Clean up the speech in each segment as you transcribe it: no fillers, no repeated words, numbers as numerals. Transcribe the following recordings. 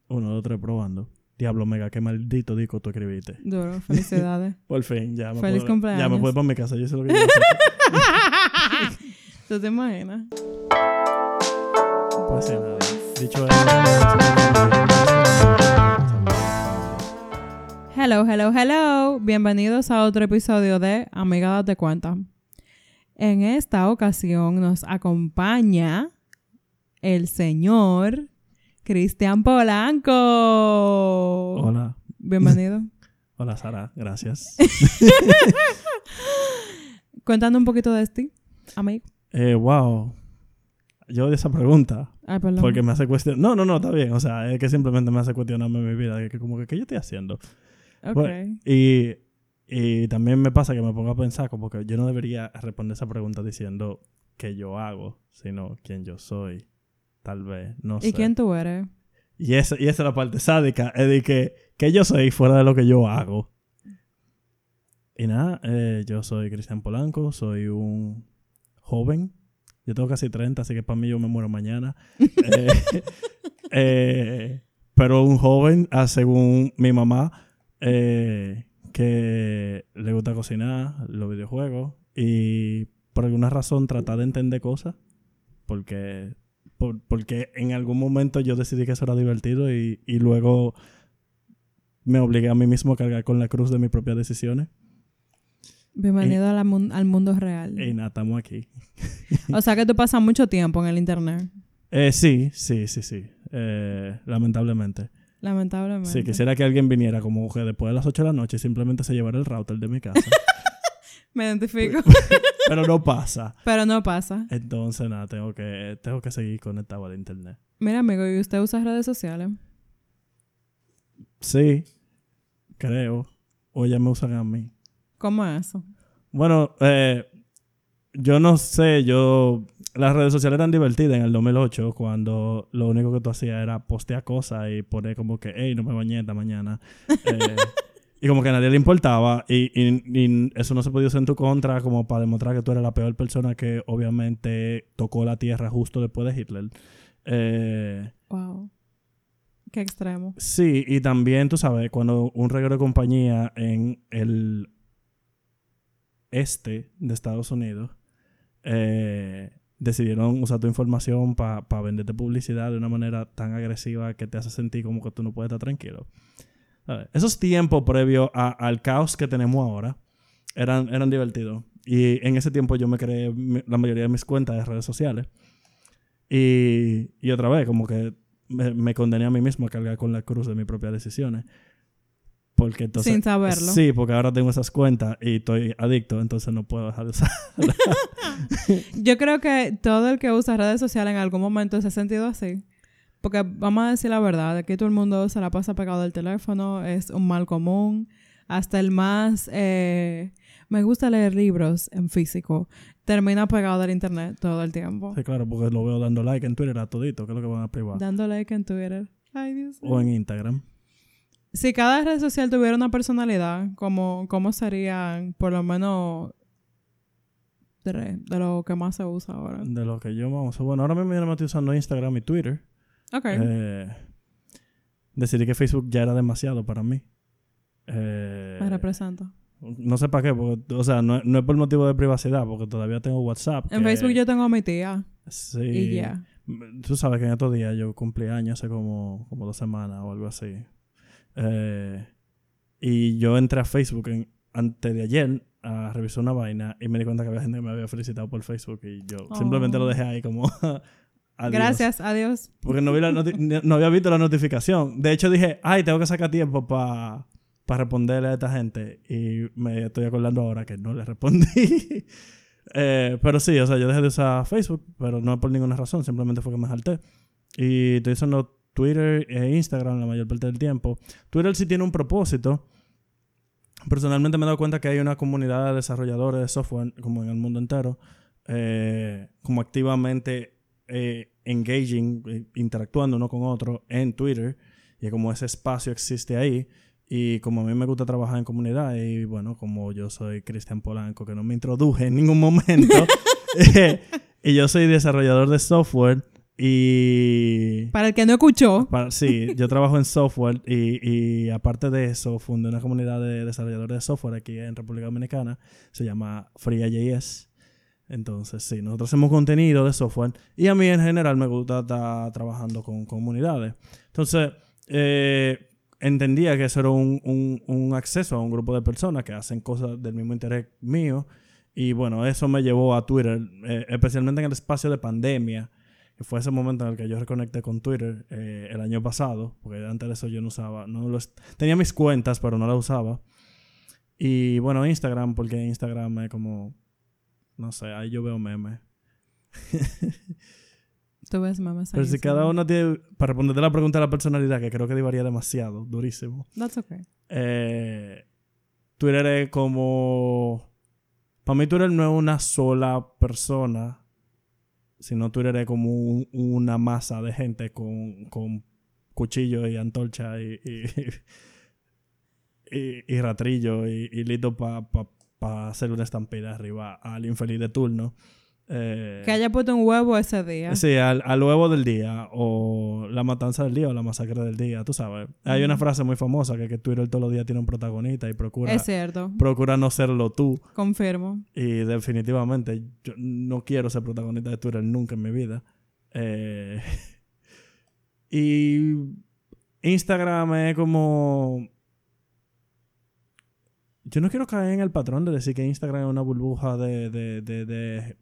1, 2, 3, probando. Diablo, mega, qué maldito disco tú escribiste. Duro, felicidades. Por fin, ya me Feliz puedo, cumpleaños. ya me puedo ir para mi casa. Yo sé lo que yo voy a hacer. ¿Tú te imaginas? Pues sí, nada. Dicho Hello, hello, hello. Bienvenidos a otro episodio de Amiga Date Cuenta. En esta ocasión nos acompaña el señor Cristian Polanco. Hola. Bienvenido. Hola, Sara. Gracias. Cuéntanos un poquito de ti, amigo. Wow. Yo de esa pregunta. Ay, perdón. Porque me hace cuestionar. No, está bien. O sea, es que simplemente me hace cuestionarme mi vida. Que como que, ¿qué yo estoy haciendo? Ok. Bueno, y también me pasa que me pongo a pensar como que yo no debería responder esa pregunta diciendo qué yo hago, sino quién yo soy. Tal vez, no sé. ¿Y quién tú eres? Y esa es la parte sádica, es de que yo soy fuera de lo que yo hago. Y nada, yo soy Cristian Polanco, soy un joven. Yo tengo casi 30, así que para mí yo me muero mañana. Pero un joven, según mi mamá, que le gusta cocinar, los videojuegos y por alguna razón tratar de entender cosas porque en algún momento yo decidí que eso era divertido y luego me obligué a mí mismo a cargar con la cruz de mis propias decisiones. Bienvenido al mundo real. Y nada, estamos aquí. O sea que tú pasas mucho tiempo en el internet. Sí. Lamentablemente. Lamentablemente. Sí, quisiera que alguien viniera como que después de las 8 de la noche y simplemente se llevara el router de mi casa. Me identifico. Pero no pasa. Pero no pasa. Entonces, nada, tengo que seguir conectado al internet. Mira, amigo, ¿y usted usa redes sociales? Sí, creo. O ya me usan a mí. ¿Cómo es eso? Bueno, yo no sé, las redes sociales eran divertidas en el 2008 cuando lo único que tú hacías era postear cosas y poner como que, hey, no me bañé esta mañana. Y como que a nadie le importaba y eso no se podía usar en tu contra como para demostrar que tú eras la peor persona que obviamente tocó la tierra justo después de Hitler. Wow. Qué extremo. Sí, y también, tú sabes, cuando un reguero de compañía en el este de Estados Unidos decidieron usar tu información para venderte publicidad de una manera tan agresiva que te hace sentir como que tú no puedes estar tranquilo. Esos tiempos previos al caos que tenemos ahora eran divertidos. Y en ese tiempo yo me creé la mayoría de mis cuentas de redes sociales. Y otra vez, como que me condené a mí mismo a cargar con la cruz de mis propias decisiones. Porque entonces, sin saberlo. Sí, porque ahora tengo esas cuentas y estoy adicto, entonces no puedo dejar de usarlas. Yo creo que todo el que usa redes sociales en algún momento se ha sentido así. Porque vamos a decir la verdad, aquí todo el mundo se la pasa pegado al teléfono, es un mal común. Hasta el más me gusta leer libros en físico termina pegado al internet todo el tiempo. Sí, claro, porque lo veo dando like en Twitter a todito, que es lo que van a privar. Dando like en Twitter. Ay, Dios mío. O en Instagram. Si cada red social tuviera una personalidad, ¿cómo serían por lo menos 3 de lo que más se usa ahora? De lo que yo más uso. Bueno, ahora mismo yo no me estoy usando Instagram y Twitter. Ok. Decidí que Facebook ya era demasiado para mí. Me representa. No sé para qué, porque, o sea, no es por motivo de privacidad, porque todavía tengo WhatsApp. En Facebook yo tengo a mi tía. Sí. Y ya. Tú sabes que en estos días yo cumplí años hace como 2 semanas o algo así. Y yo entré a Facebook antes de ayer a revisar una vaina y me di cuenta que había gente que me había felicitado por Facebook y yo simplemente lo dejé ahí como adiós. Gracias, adiós. Porque no había visto la notificación. De hecho dije, ay, tengo que sacar tiempo para responderle a esta gente y me estoy acordando ahora que no le respondí. Pero sí, o sea, yo dejé de usar Facebook, pero no por ninguna razón, simplemente fue que me salté. Y estoy usando Twitter e Instagram la mayor parte del tiempo. Twitter sí tiene un propósito. Personalmente me he dado cuenta que hay una comunidad de desarrolladores de software como en el mundo entero, como activamente engaging, interactuando uno con otro en Twitter, y como ese espacio existe ahí. Y como a mí me gusta trabajar en comunidad y bueno, como yo soy Cristian Polanco, que no me introduje en ningún momento, y yo soy desarrollador de software, Y... Para el que no escuchó. Sí, yo trabajo en software y aparte de eso, fundé una comunidad de desarrolladores de software aquí en República Dominicana. Se llama FreeJS. Entonces, sí, nosotros hacemos contenido de software y a mí en general me gusta estar trabajando con comunidades. Entonces, entendía que eso era un acceso a un grupo de personas que hacen cosas del mismo interés mío. Y bueno, eso me llevó a Twitter, especialmente en el espacio de pandemia. Que fue ese momento en el que yo reconecté con Twitter el año pasado, porque antes de eso yo no usaba, tenía mis cuentas, pero no las usaba. Y bueno, Instagram, porque Instagram es como, no sé, ahí yo veo memes. Tú ves memes ahí. Pero si cada uno tiene, para responderte la pregunta de la personalidad, que creo que varía demasiado, durísimo. That's okay. Twitter es como, para mí Twitter no es una sola persona, sino Twitter es como una masa de gente con cuchillos y antorcha y ratrillo y listo para hacer una estampida arriba al infeliz de turno. Que haya puesto un huevo ese día. Sí, al huevo del día o la matanza del día o la masacre del día, tú sabes. Hay una frase muy famosa que Twitter todos los días tiene un protagonista y Es cierto. procura no serlo tú. Confirmo. Y definitivamente yo no quiero ser protagonista de Twitter nunca en mi vida. Y Instagram es como... Yo no quiero caer en el patrón de decir que Instagram es una burbuja de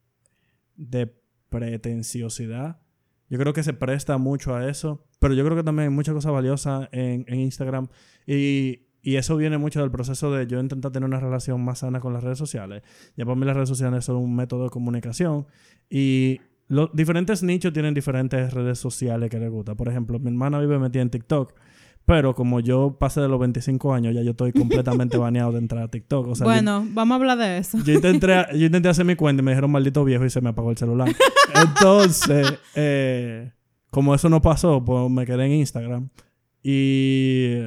pretenciosidad. Yo creo que se presta mucho a eso. Pero yo creo que también hay muchas cosas valiosas en Instagram. Y eso viene mucho del proceso de yo intentar tener una relación más sana con las redes sociales. Ya para mí las redes sociales son un método de comunicación. Y los diferentes nichos tienen diferentes redes sociales que les gusta. Por ejemplo, mi hermana vive metida en TikTok. Pero como yo pasé de los 25 años, ya yo estoy completamente baneado de entrar a TikTok. O sea, bueno, vamos a hablar de eso. Yo intenté hacer mi cuenta y me dijeron maldito viejo y se me apagó el celular. Entonces, como eso no pasó, pues me quedé en Instagram. Y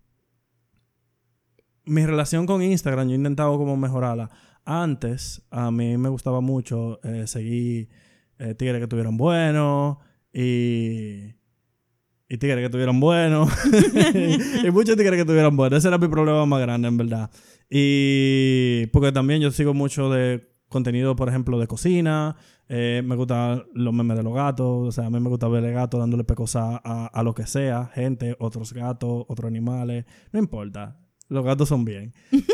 mi relación con Instagram, yo he intentado como mejorarla. Antes, a mí me gustaba mucho seguir tigres que tuvieran buenos y tigres que tuvieran buenos. Y muchos tigres que tuvieran buenos. Ese era mi problema más grande, en verdad. Y porque también yo sigo mucho de contenido, por ejemplo, de cocina. Me gustan los memes de los gatos. O sea, a mí me gusta ver el gato dándole pecosas a lo que sea. Gente, otros gatos, otros animales. No importa. Los gatos son bien.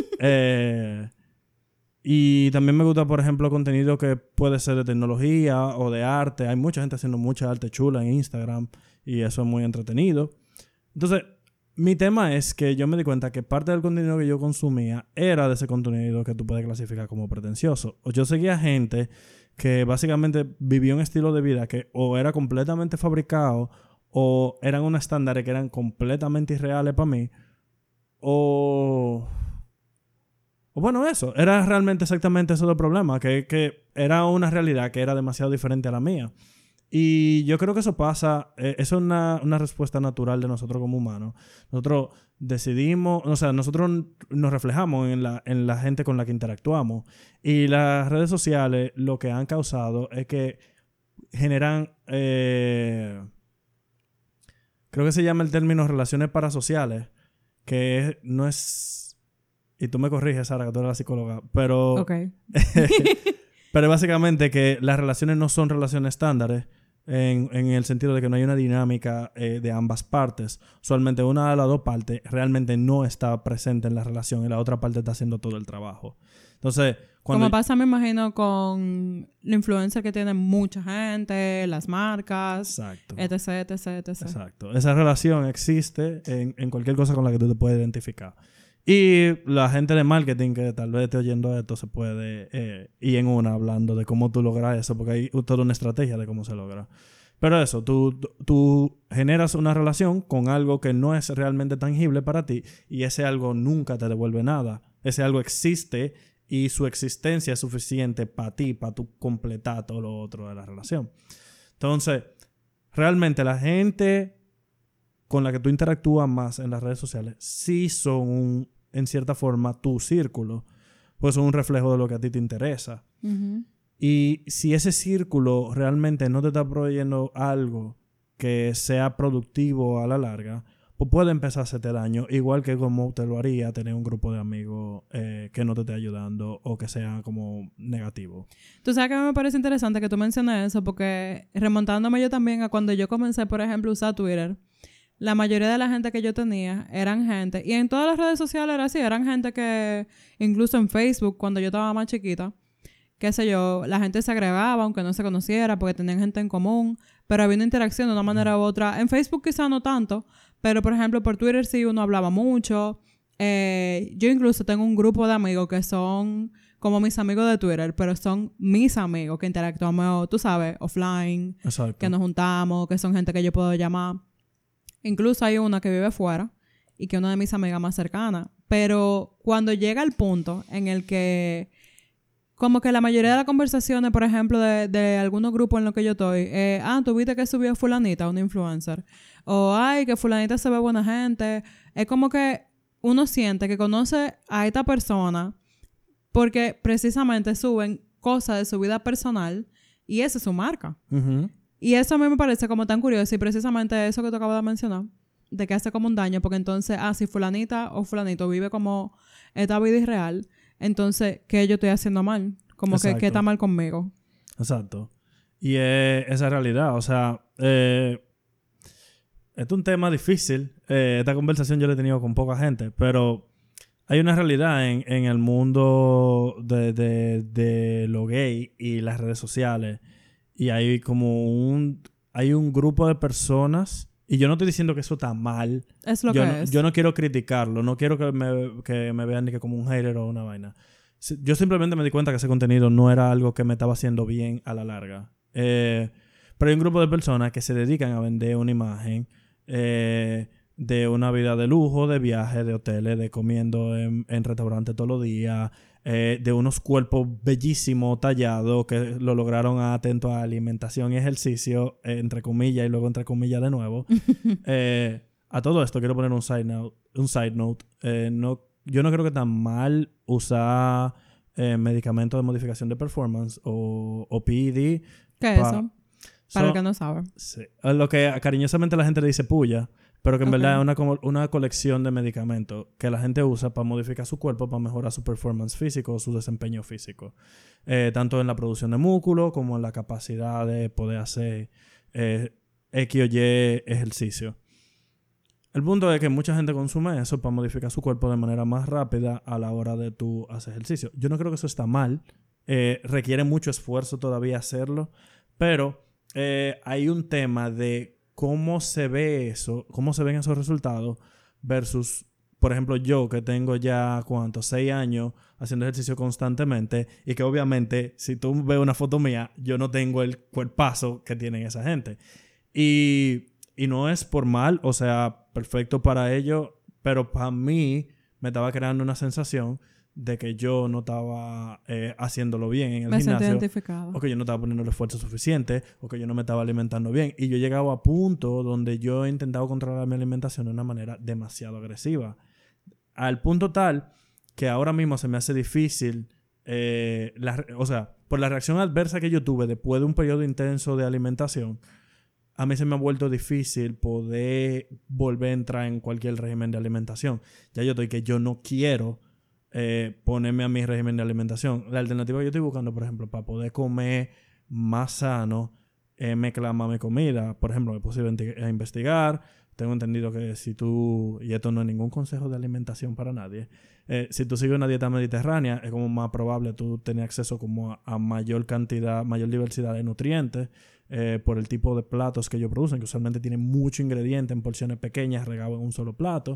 Y también me gusta, por ejemplo, contenido que puede ser de tecnología o de arte. Hay mucha gente haciendo mucha arte chula en Instagram y eso es muy entretenido. Entonces, mi tema es que yo me di cuenta que parte del contenido que yo consumía era de ese contenido que tú puedes clasificar como pretencioso. O yo seguía gente que básicamente vivía un estilo de vida que o era completamente fabricado o eran unos estándares que eran completamente irreales para mí o bueno, eso. Era realmente exactamente eso el problema. Que era una realidad que era demasiado diferente a la mía. Y yo creo que eso pasa. Eso es una respuesta natural de nosotros como humanos. Nosotros decidimos... O sea, nosotros nos reflejamos en la gente con la que interactuamos. Y las redes sociales lo que han causado es que generan... creo que se llama el término relaciones parasociales. Que no es... Y tú me corriges, Sara, que tú eres la psicóloga. Pero... Okay. Pero básicamente que las relaciones no son relaciones estándares en el sentido de que no hay una dinámica de ambas partes. Usualmente una de las dos partes realmente no está presente en la relación y la otra parte está haciendo todo el trabajo. Entonces... Como pasa, me imagino, con la influencia que tiene mucha gente, las marcas, exacto. etc, etc, etc. Exacto. Esa relación existe en cualquier cosa con la que tú te puedes identificar. Y la gente de marketing que tal vez esté oyendo esto se puede ir en una hablando de cómo tú logras eso, porque hay toda una estrategia de cómo se logra. Pero eso, tú generas una relación con algo que no es realmente tangible para ti y ese algo nunca te devuelve nada. Ese algo existe y su existencia es suficiente para ti, para tú completar todo lo otro de la relación. Entonces, realmente la gente con la que tú interactúas más en las redes sociales sí son, en cierta forma, tu círculo. Pues son un reflejo de lo que a ti te interesa. Uh-huh. Y si ese círculo realmente no te está proveyendo algo que sea productivo a la larga, pues puede empezar a hacerte daño, igual que como te lo haría tener un grupo de amigos que no te esté ayudando o que sea como negativo. Tú sabes que me parece interesante que tú menciones eso, porque remontándome yo también a cuando yo comencé, por ejemplo, a usar Twitter, la mayoría de la gente que yo tenía eran gente, y en todas las redes sociales era así, eran gente que, incluso en Facebook, cuando yo estaba más chiquita, qué sé yo, la gente se agregaba aunque no se conociera porque tenían gente en común, pero había una interacción de una manera u otra. En Facebook quizá no tanto, pero por ejemplo por Twitter sí uno hablaba mucho. Yo incluso tengo un grupo de amigos que son como mis amigos de Twitter, pero son mis amigos que interactuamos, tú sabes, offline, Exacto. que nos juntamos, que son gente que yo puedo llamar. Incluso hay una que vive fuera y que es una de mis amigas más cercanas. Pero cuando llega el punto en el que como que la mayoría de las conversaciones, por ejemplo, de algunos grupos en los que yo estoy, tú viste que subió fulanita, una influencer, o ay, que fulanita se ve buena gente, es como que uno siente que conoce a esta persona porque precisamente suben cosas de su vida personal y esa es su marca. Uh-huh. Y eso a mí me parece como tan curioso y precisamente eso que tú acabas de mencionar, de que hace como un daño, porque entonces, si fulanita o fulanito vive como esta vida irreal, entonces, ¿qué yo estoy haciendo mal? Como que, ¿qué está mal conmigo? Exacto. Y esa realidad, o sea, es un tema difícil. Esta conversación yo la he tenido con poca gente, pero hay una realidad en el mundo de lo gay y las redes sociales. Y hay como hay un grupo de personas, y yo no estoy diciendo que eso está mal. Es lo que es. Yo no quiero criticarlo, no quiero que me vean ni que como un hater o una vaina. Yo simplemente me di cuenta que ese contenido no era algo que me estaba haciendo bien a la larga. Pero hay un grupo de personas que se dedican a vender una imagen de una vida de lujo, de viajes, de hoteles, de comiendo en restaurantes todos los días, de unos cuerpos bellísimos, tallados, que lo lograron atento a alimentación y ejercicio, entre comillas y luego entre comillas de nuevo. A todo esto quiero poner un side note. Yo no creo que tan mal usar medicamentos de modificación de performance o PED. ¿Qué es eso? Para el que no sabe. Sí. Lo que cariñosamente la gente le dice puya, pero que en verdad es una colección de medicamentos que la gente usa para modificar su cuerpo, para mejorar su performance físico o su desempeño físico. Tanto en la producción de músculo como en la capacidad de poder hacer X o Y ejercicio. El punto es que mucha gente consume eso para modificar su cuerpo de manera más rápida a la hora de tú hacer ejercicio. Yo no creo que eso está mal. Requiere mucho esfuerzo todavía hacerlo. Pero hay un tema de cómo se ve eso, cómo se ven esos resultados versus, por ejemplo, yo que tengo ya, 6 años haciendo ejercicio constantemente y que obviamente, si tú ves una foto mía, yo no tengo el cuerpazo que tienen esa gente. Y no es por mal, o sea, perfecto para ellos, pero para mí me estaba creando una sensación de que yo no estaba haciéndolo bien en el gimnasio. Me sentí identificado. O que yo no estaba poniendo el esfuerzo suficiente, o que yo no me estaba alimentando bien. Y yo he llegado a punto donde yo he intentado controlar mi alimentación de una manera demasiado agresiva. Al punto tal que ahora mismo se me hace difícil, o sea, por la reacción adversa que yo tuve después de un periodo intenso de alimentación, a mí se me ha vuelto difícil poder volver a entrar en cualquier régimen de alimentación. Ya yo estoy que yo no quiero ponerme a mi régimen de alimentación. La alternativa que yo estoy buscando, por ejemplo, para poder comer más sano, mezclar más mi comida. Por ejemplo, me puse a investigar. Tengo entendido que si tú, y esto no es ningún consejo de alimentación para nadie, si tú sigues una dieta mediterránea, es como más probable tú tener acceso como a mayor cantidad, mayor diversidad de nutrientes, por el tipo de platos que ellos producen, que usualmente tienen mucho ingrediente en porciones pequeñas regados en un solo plato.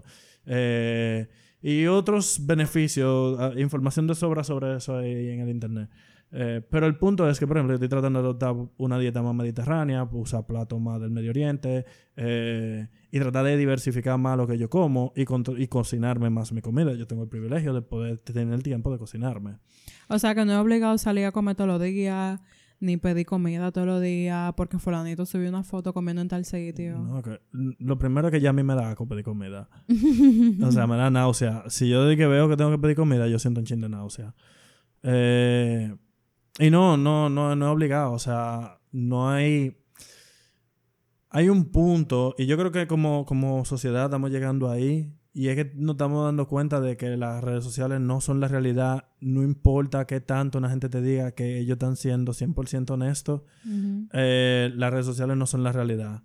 Y otros beneficios, información de sobra sobre eso ahí en el internet. Pero el punto es que, por ejemplo, yo estoy tratando de adoptar una dieta más mediterránea, usar platos más del Medio Oriente, y tratar de diversificar más lo que yo como y cocinarme más mi comida. Yo tengo el privilegio de poder tener el tiempo de cocinarme. O sea, que no es obligado salir a comer todos los días, ni pedir comida todos los días, porque fulanito subió una foto comiendo en tal sitio. No, que lo primero que ya a mí me da asco pedir comida. O sea, me da náusea. Si yo de que veo que tengo que pedir comida, yo siento un chin de náusea. Y no es obligado. O sea, no hay... Hay un punto, y yo creo que como sociedad estamos llegando ahí, y es que nos estamos dando cuenta de que las redes sociales no son la realidad. No importa qué tanto una gente te diga que ellos están siendo 100% honestos, Ujú. las redes sociales no son la realidad.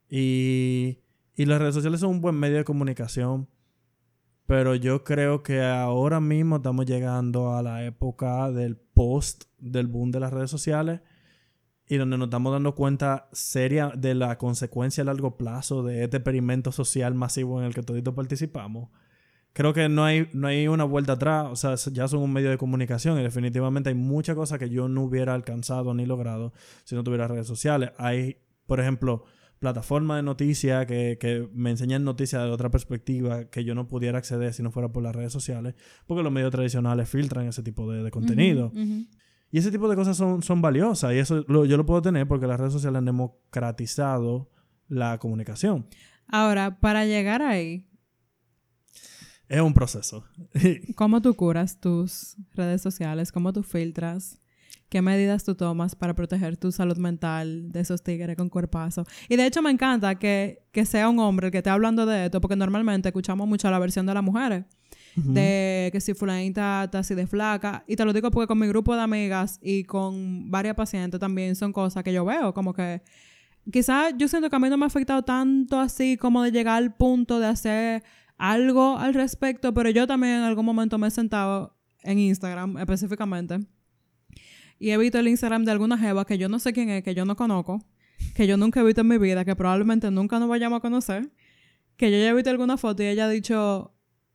Y las redes sociales son un buen medio de comunicación, pero yo creo que ahora mismo estamos llegando a la época del post del boom de las redes sociales y donde nos estamos dando cuenta seria de la consecuencia a largo plazo de este experimento social masivo en el que todos participamos. Creo que no hay una vuelta atrás. O sea, ya son un medio de comunicación y definitivamente hay muchas cosas que yo no hubiera alcanzado ni logrado si no tuviera redes sociales. Hay, por ejemplo, plataformas de noticias que me enseñan noticias de otra perspectiva que yo no pudiera acceder si no fuera por las redes sociales, porque los medios tradicionales filtran ese tipo de contenido. Ujú. Y ese tipo de cosas son valiosas y eso yo lo puedo tener porque las redes sociales han democratizado la comunicación. Ahora, para llegar ahí, Es un proceso. ¿cómo tú curas tus redes sociales? ¿Cómo tú filtras? ¿Qué medidas tú tomas para proteger tu salud mental de esos tigres con cuerpazo? Y de hecho me encanta que sea un hombre el que esté hablando de esto, porque normalmente escuchamos mucho la versión de las mujeres. Ujú. De que si fulanita está así de flaca. Y te lo digo porque con mi grupo de amigas y con varias pacientes también son cosas que yo veo. Como que quizás yo siento que a mí no me ha afectado tanto así como de llegar al punto de hacer algo al respecto, pero yo también en algún momento me he sentado en Instagram específicamente y he visto el Instagram de alguna jeva que yo no sé quién es, que yo no conozco, que yo nunca he visto en mi vida, que probablemente nunca nos vayamos a conocer, que yo ya he visto alguna foto y ella ha dicho,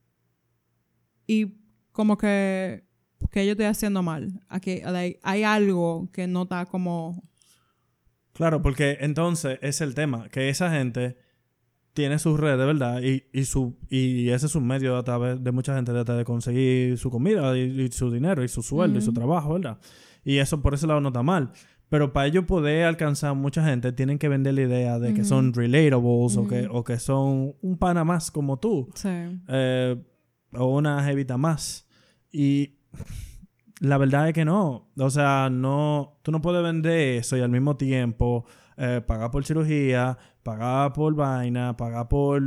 y como que yo estoy haciendo mal. Aquí hay algo que no está como... Claro, porque entonces es el tema, que esa gente tiene sus redes, ¿verdad? Y ese es un medio a través de mucha gente de conseguir su comida y su dinero y su sueldo y su trabajo, ¿verdad? Y eso por ese lado no está mal. Pero para ellos poder alcanzar mucha gente, tienen que vender la idea de que son relatables o que son un pana más como tú. Sí. O una jevita más. Y la verdad es que no. O sea, no, tú no puedes vender eso y al mismo tiempo pagar por cirugía, pagar por vaina, pagar por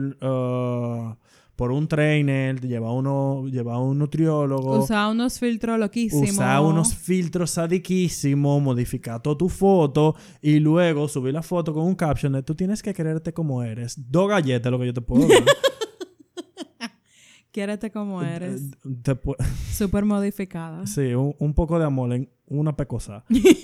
un trainer, llevar un nutriólogo. Usar unos filtros loquísimos. Usar unos filtros sadiquísimos, modificar toda tu foto y luego subir la foto con un caption de tú tienes que quererte como eres. 2 galletas es lo que yo te puedo dar. Quiérete como eres. Te Súper modificada. Sí, un poco de amor en una pecosa.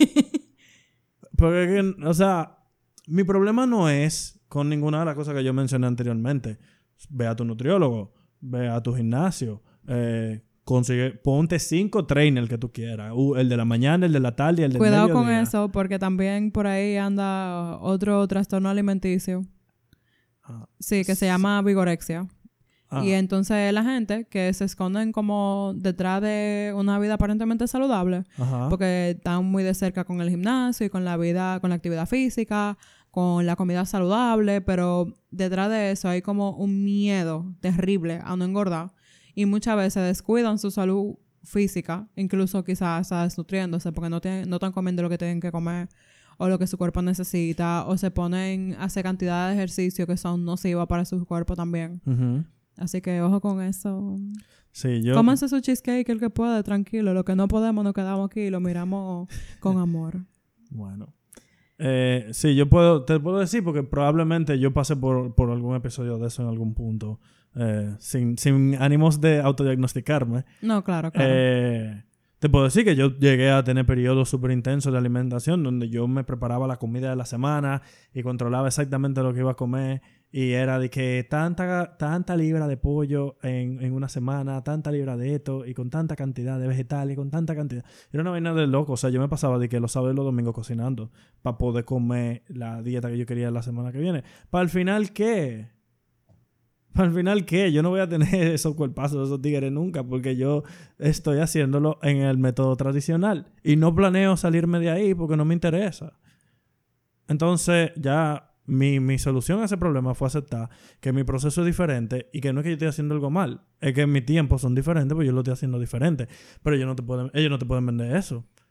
Porque, o sea, mi problema no es con ninguna de las cosas que yo mencioné anteriormente. Ve a tu nutriólogo, ve a tu gimnasio, ponte 5 trainers que tú quieras. El de la mañana, el de la tarde y el del mediodía. Cuidado con eso, porque también por ahí anda otro trastorno alimenticio. Sí, que se llama vigorexia. Y entonces la gente que se esconden como detrás de una vida aparentemente saludable, porque están muy de cerca con el gimnasio y con la vida, con la actividad física, con la comida saludable, pero detrás de eso hay como un miedo terrible a no engordar y muchas veces descuidan su salud física, incluso quizás hasta desnutriéndose porque no están comiendo lo que tienen que comer o lo que su cuerpo necesita, o se ponen a hacer cantidad de ejercicios que son nocivas para su cuerpo también. Así que ojo con eso. Sí, Cómanse su cheesecake el que puede, tranquilo. Lo que no podemos nos quedamos aquí y lo miramos con amor. Bueno. Sí, te puedo decir porque probablemente yo pasé por algún episodio de eso en algún punto. Sin ánimos de autodiagnosticarme. No, claro. Te puedo decir que yo llegué a tener periodos súper intensos de alimentación donde yo me preparaba la comida de la semana y controlaba exactamente lo que iba a comer. Y era de que tanta libra de pollo en una semana, tanta libra de esto, y con tanta cantidad de vegetales, con tanta cantidad. Era una vaina de loco. O sea, yo me pasaba de que los sábados y los domingos cocinando para poder comer la dieta que yo quería la semana que viene. ¿Para el final qué? ¿Para el final qué? Yo no voy a tener esos cuerpazos de esos tigres nunca porque yo estoy haciéndolo en el método tradicional. Y no planeo salirme de ahí porque no me interesa. Entonces, ya... Mi solución a ese problema fue aceptar que mi proceso es diferente y que no es que yo esté haciendo algo mal. Es que mis tiempos son diferentes, pues yo lo estoy haciendo diferente. Pero ellos no te pueden vender eso.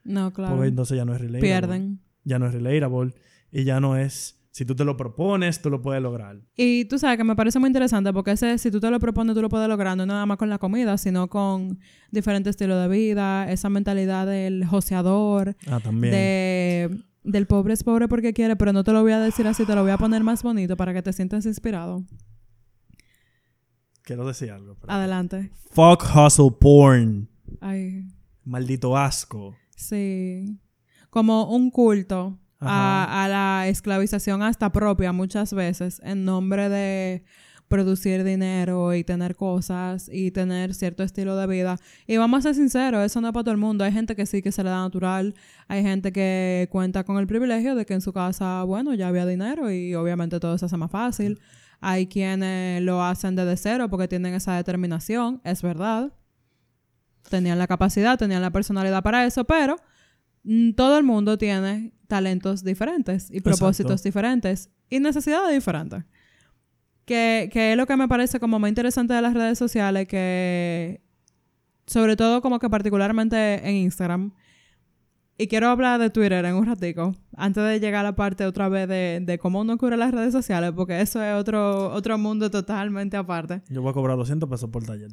No, claro. Porque entonces ya no es relatable. Pierden. Ya no es relatable. Y ya no es... Si tú te lo propones, tú lo puedes lograr. Y tú sabes que me parece muy interesante porque si tú te lo propones, tú lo puedes lograr no nada más con la comida, sino con diferentes estilos de vida, esa mentalidad del joseador, También. Del pobre es pobre porque quiere, pero no te lo voy a decir así, te lo voy a poner más bonito para que te sientas inspirado. Quiero decir algo. Adelante. Fuck hustle porn. Ay. Maldito asco. Sí. Como un culto a la esclavización hasta propia muchas veces en nombre de producir dinero y tener cosas y tener cierto estilo de vida. Y vamos a ser sinceros, eso no es para todo el mundo. Hay gente que sí que se le da natural. Hay gente que cuenta con el privilegio de que en su casa, bueno, ya había dinero y obviamente todo se hace más fácil. Hay quienes lo hacen desde cero porque tienen esa determinación, es verdad. Tenían la capacidad, tenían la personalidad para eso, pero todo el mundo tiene talentos diferentes y propósitos diferentes y necesidades diferentes. Que es lo que me parece como más interesante de las redes sociales, que sobre todo como que particularmente en Instagram. Y quiero hablar de Twitter en un ratico, antes de llegar a la parte otra vez de cómo uno cubre las redes sociales, porque eso es otro mundo totalmente aparte. Yo voy a cobrar $200 por taller.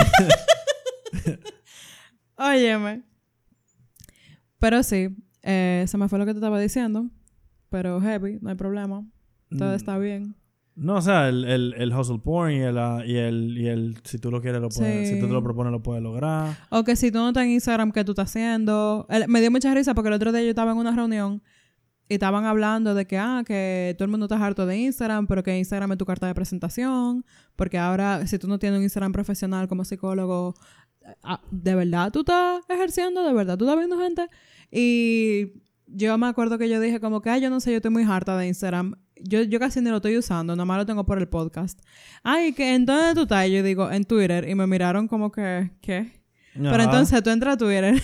Óyeme. Pero sí, se me fue lo que te estaba diciendo. Pero heavy, no hay problema. Todo está bien. No, o sea, el hustle porn y el si tú lo quieres, lo puedes, si tú te lo propones, lo puedes lograr. O que si tú no estás en Instagram, ¿qué tú estás haciendo? Me dio mucha risa porque el otro día yo estaba en una reunión y estaban hablando de que todo el mundo está harto de Instagram, pero que Instagram es tu carta de presentación, porque ahora, si tú no tienes un Instagram profesional como psicólogo, ¿de verdad tú estás ejerciendo? ¿De verdad tú estás viendo gente? Y yo me acuerdo que yo dije como que, yo no sé, yo estoy muy harta de Instagram. Yo casi ni lo estoy usando, nada más lo tengo por el podcast. Que ¿en dónde tú estás? Yo digo, en Twitter. Y me miraron como que, ¿qué? Ajá. Pero entonces tú entras a Twitter.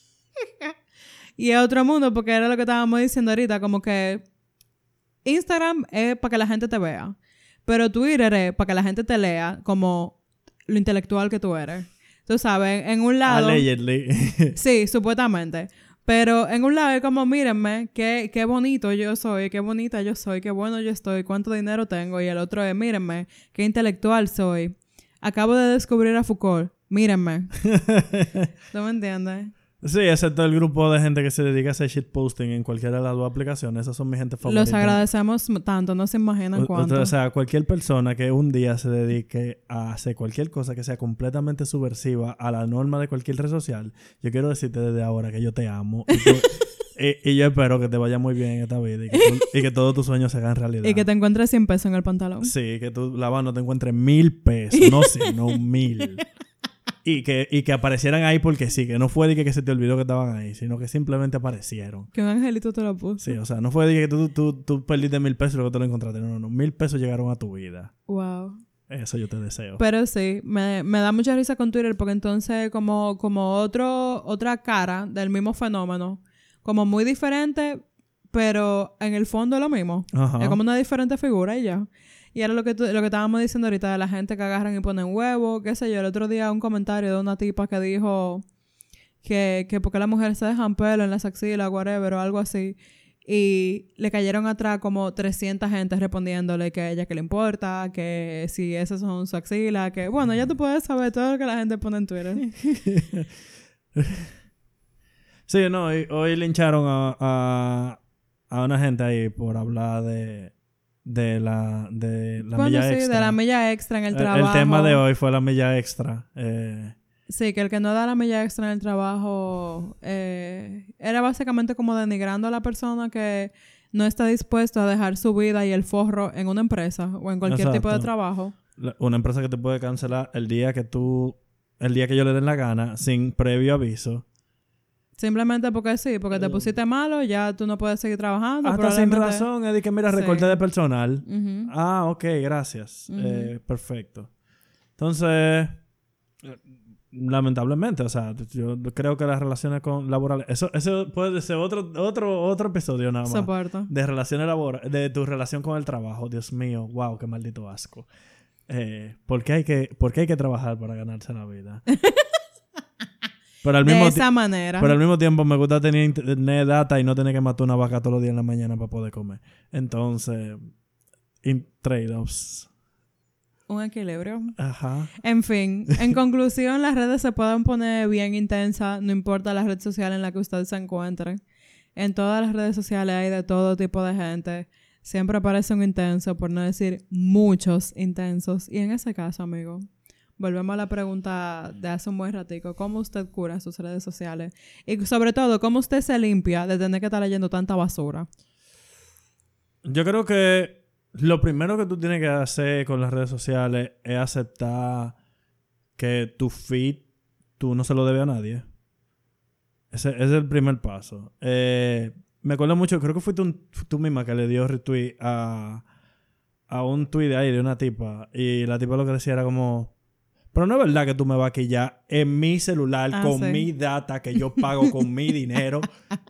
Y es otro mundo, porque era lo que estábamos diciendo ahorita, como que Instagram es para que la gente te vea. Pero Twitter es para que la gente te lea como lo intelectual que tú eres. Tú sabes, en un lado... Allegedly. Sí, supuestamente. Pero en un lado es como, mírenme, qué bonito yo soy, qué bonita yo soy, qué bueno yo estoy, cuánto dinero tengo. Y el otro es, mírenme, qué intelectual soy. Acabo de descubrir a Foucault. Mírenme. ¿No me entiendes? Sí, excepto el grupo de gente que se dedica a hacer shitposting en cualquiera de las dos aplicaciones. Esas son mi gente favorita. Los agradecemos tanto, no se imaginan cuánto. O sea, cualquier persona que un día se dedique a hacer cualquier cosa que sea completamente subversiva a la norma de cualquier red social, yo quiero decirte desde ahora que yo te amo. Y yo espero que te vaya muy bien en esta vida y que todos tus sueños se hagan realidad. Y que te encuentres 100 pesos en el pantalón. Sí, que tú, no te encuentres 1,000 pesos. No 100, no 1,000. Y que aparecieran ahí porque sí, que no fue de que se te olvidó que estaban ahí, sino que simplemente aparecieron. Que un angelito te lo puso. Sí, o sea, no fue de que tú perdiste 1,000 pesos y luego te lo encontraste. No, 1,000 pesos llegaron a tu vida. Wow. Eso yo te deseo. Pero sí, me da mucha risa con Twitter porque entonces como otra cara del mismo fenómeno, como muy diferente, pero en el fondo es lo mismo. Ajá. Es como una diferente figura y ya. Y era lo que estábamos diciendo ahorita de la gente que agarran y ponen huevo, qué sé yo. El otro día un comentario de una tipa que dijo que porque las mujeres se dejan pelo en las axilas, whatever, o algo así. Y le cayeron atrás como 300 gente respondiéndole que a ella que le importa, que si esas son su axila, que bueno, ya tú puedes saber todo lo que la gente pone en Twitter. Sí, no, hoy lincharon a una gente ahí por hablar de la milla extra. De la milla extra en el trabajo. El tema de hoy fue la milla extra. Sí, que el que no da la milla extra en el trabajo era básicamente como denigrando a la persona que no está dispuesto a dejar su vida y el forro en una empresa o en cualquier tipo de trabajo. Una empresa que te puede cancelar el día que ellos le den la gana sin previo aviso. Simplemente porque sí, porque te pusiste malo, ya tú no puedes seguir trabajando. Hasta sin razón, es de que mira, recorte de personal. Uh-huh. Ok, gracias. Uh-huh. Perfecto. Entonces, lamentablemente, o sea, yo creo que las relaciones laborales, eso puede ser otro episodio nada más. Soporto. De relaciones laborales, de tu relación con el trabajo. Dios mío, wow, qué maldito asco. ¿Por qué hay que trabajar para ganarse la vida? Pero al de mismo esa manera. Pero al mismo tiempo me gusta tener data y no tener que matar una vaca todos los días en la mañana para poder comer. Entonces, trade-offs. Un equilibrio. Ajá. En fin, en conclusión, las redes se pueden poner bien intensas, no importa la red social en la que usted se encuentre. En todas las redes sociales hay de todo tipo de gente. Siempre aparece un intenso, por no decir muchos intensos. Y en ese caso, amigo, volvemos a la pregunta de hace un buen ratico. ¿Cómo usted cura sus redes sociales? Y sobre todo, ¿cómo usted se limpia de tener que estar leyendo tanta basura? Yo creo que lo primero que tú tienes que hacer con las redes sociales es aceptar que tu feed tú no se lo debes a nadie. Ese es el primer paso. Me acuerdo mucho, creo que fuiste tú misma que le dio retweet a un tweet de ahí de una tipa. Y la tipa lo que decía era como... Pero no es verdad que tú me vas a quillar en mi celular con sí. mi data que yo pago con mi dinero.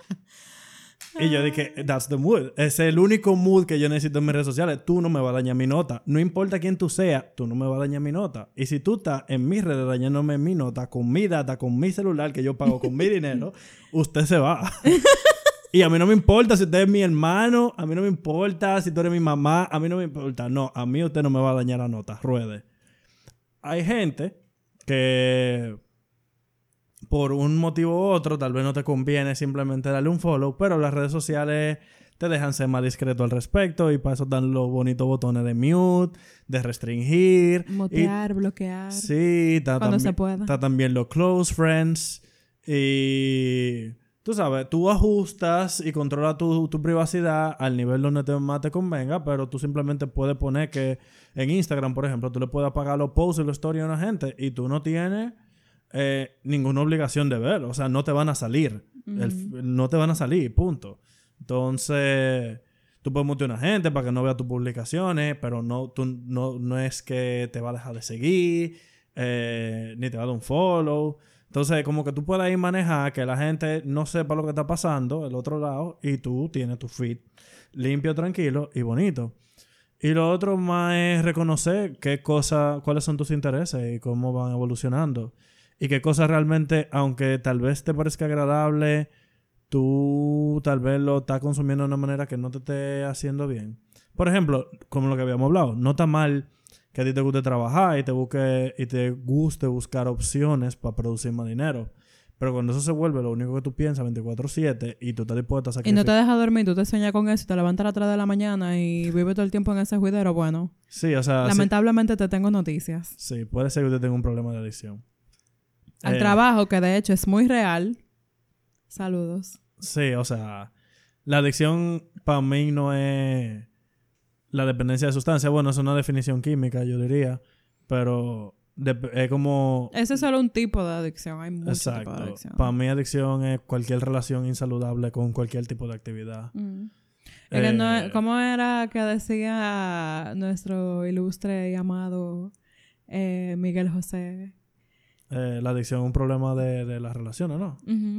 Y yo dije, that's the mood. Es el único mood que yo necesito en mis redes sociales. Tú no me vas a dañar mi nota. No importa quién tú seas, tú no me vas a dañar mi nota. Y si tú estás en mis redes dañándome mi nota con mi data, con mi celular que yo pago con mi dinero, usted se va. Y a mí no me importa si usted es mi hermano, a mí no me importa si tú eres mi mamá, a mí no me importa. No, a mí usted no me va a dañar la nota. Ruede. Hay gente que por un motivo u otro tal vez no te conviene simplemente darle un follow, pero las redes sociales te dejan ser más discreto al respecto y para eso dan los bonitos botones de mute, de restringir. Mutear, bloquear. Sí, cuando se pueda. Está también los close friends y... Tú sabes, tú ajustas y controlas tu privacidad al nivel donde más te convenga, pero tú simplemente puedes poner que en Instagram, por ejemplo, tú le puedes apagar los posts y los stories a una gente y tú no tienes ninguna obligación de ver. O sea, no te van a salir. No te van a salir, punto. Entonces, tú puedes mutear a una gente para que no vea tus publicaciones, pero no es que te va a dejar de seguir, ni te va a dar un follow. Entonces, como que tú puedas ir manejar que la gente no sepa lo que está pasando del otro lado y tú tienes tu feed limpio, tranquilo y bonito. Y lo otro más es reconocer cuáles son tus intereses y cómo van evolucionando. Y qué cosas realmente, aunque tal vez te parezca agradable, tú tal vez lo estás consumiendo de una manera que no te esté haciendo bien. Por ejemplo, como lo que habíamos hablado, no está mal que a ti te guste trabajar y te guste buscar opciones para producir más dinero. Pero cuando eso se vuelve lo único que tú piensas 24/7 y tú estás dispuesto a sacrificar... Y no te deja dormir, tú te sueñas con eso y te levantas a las 3 de la mañana y vives todo el tiempo en ese juidero, bueno. Sí, o sea... Lamentablemente te tengo noticias. Sí, puede ser que usted tenga un problema de adicción. Al trabajo, que de hecho es muy real. Saludos. Sí, o sea... La adicción para mí no es... La dependencia de sustancias, bueno, es una definición química, yo diría. Pero es como... Ese es solo un tipo de adicción. Hay muchos tipos de adicción. Para mí adicción es cualquier relación insaludable con cualquier tipo de actividad. ¿Cómo era que decía nuestro ilustre y amado Miguel José? La adicción es un problema de las relaciones, ¿no?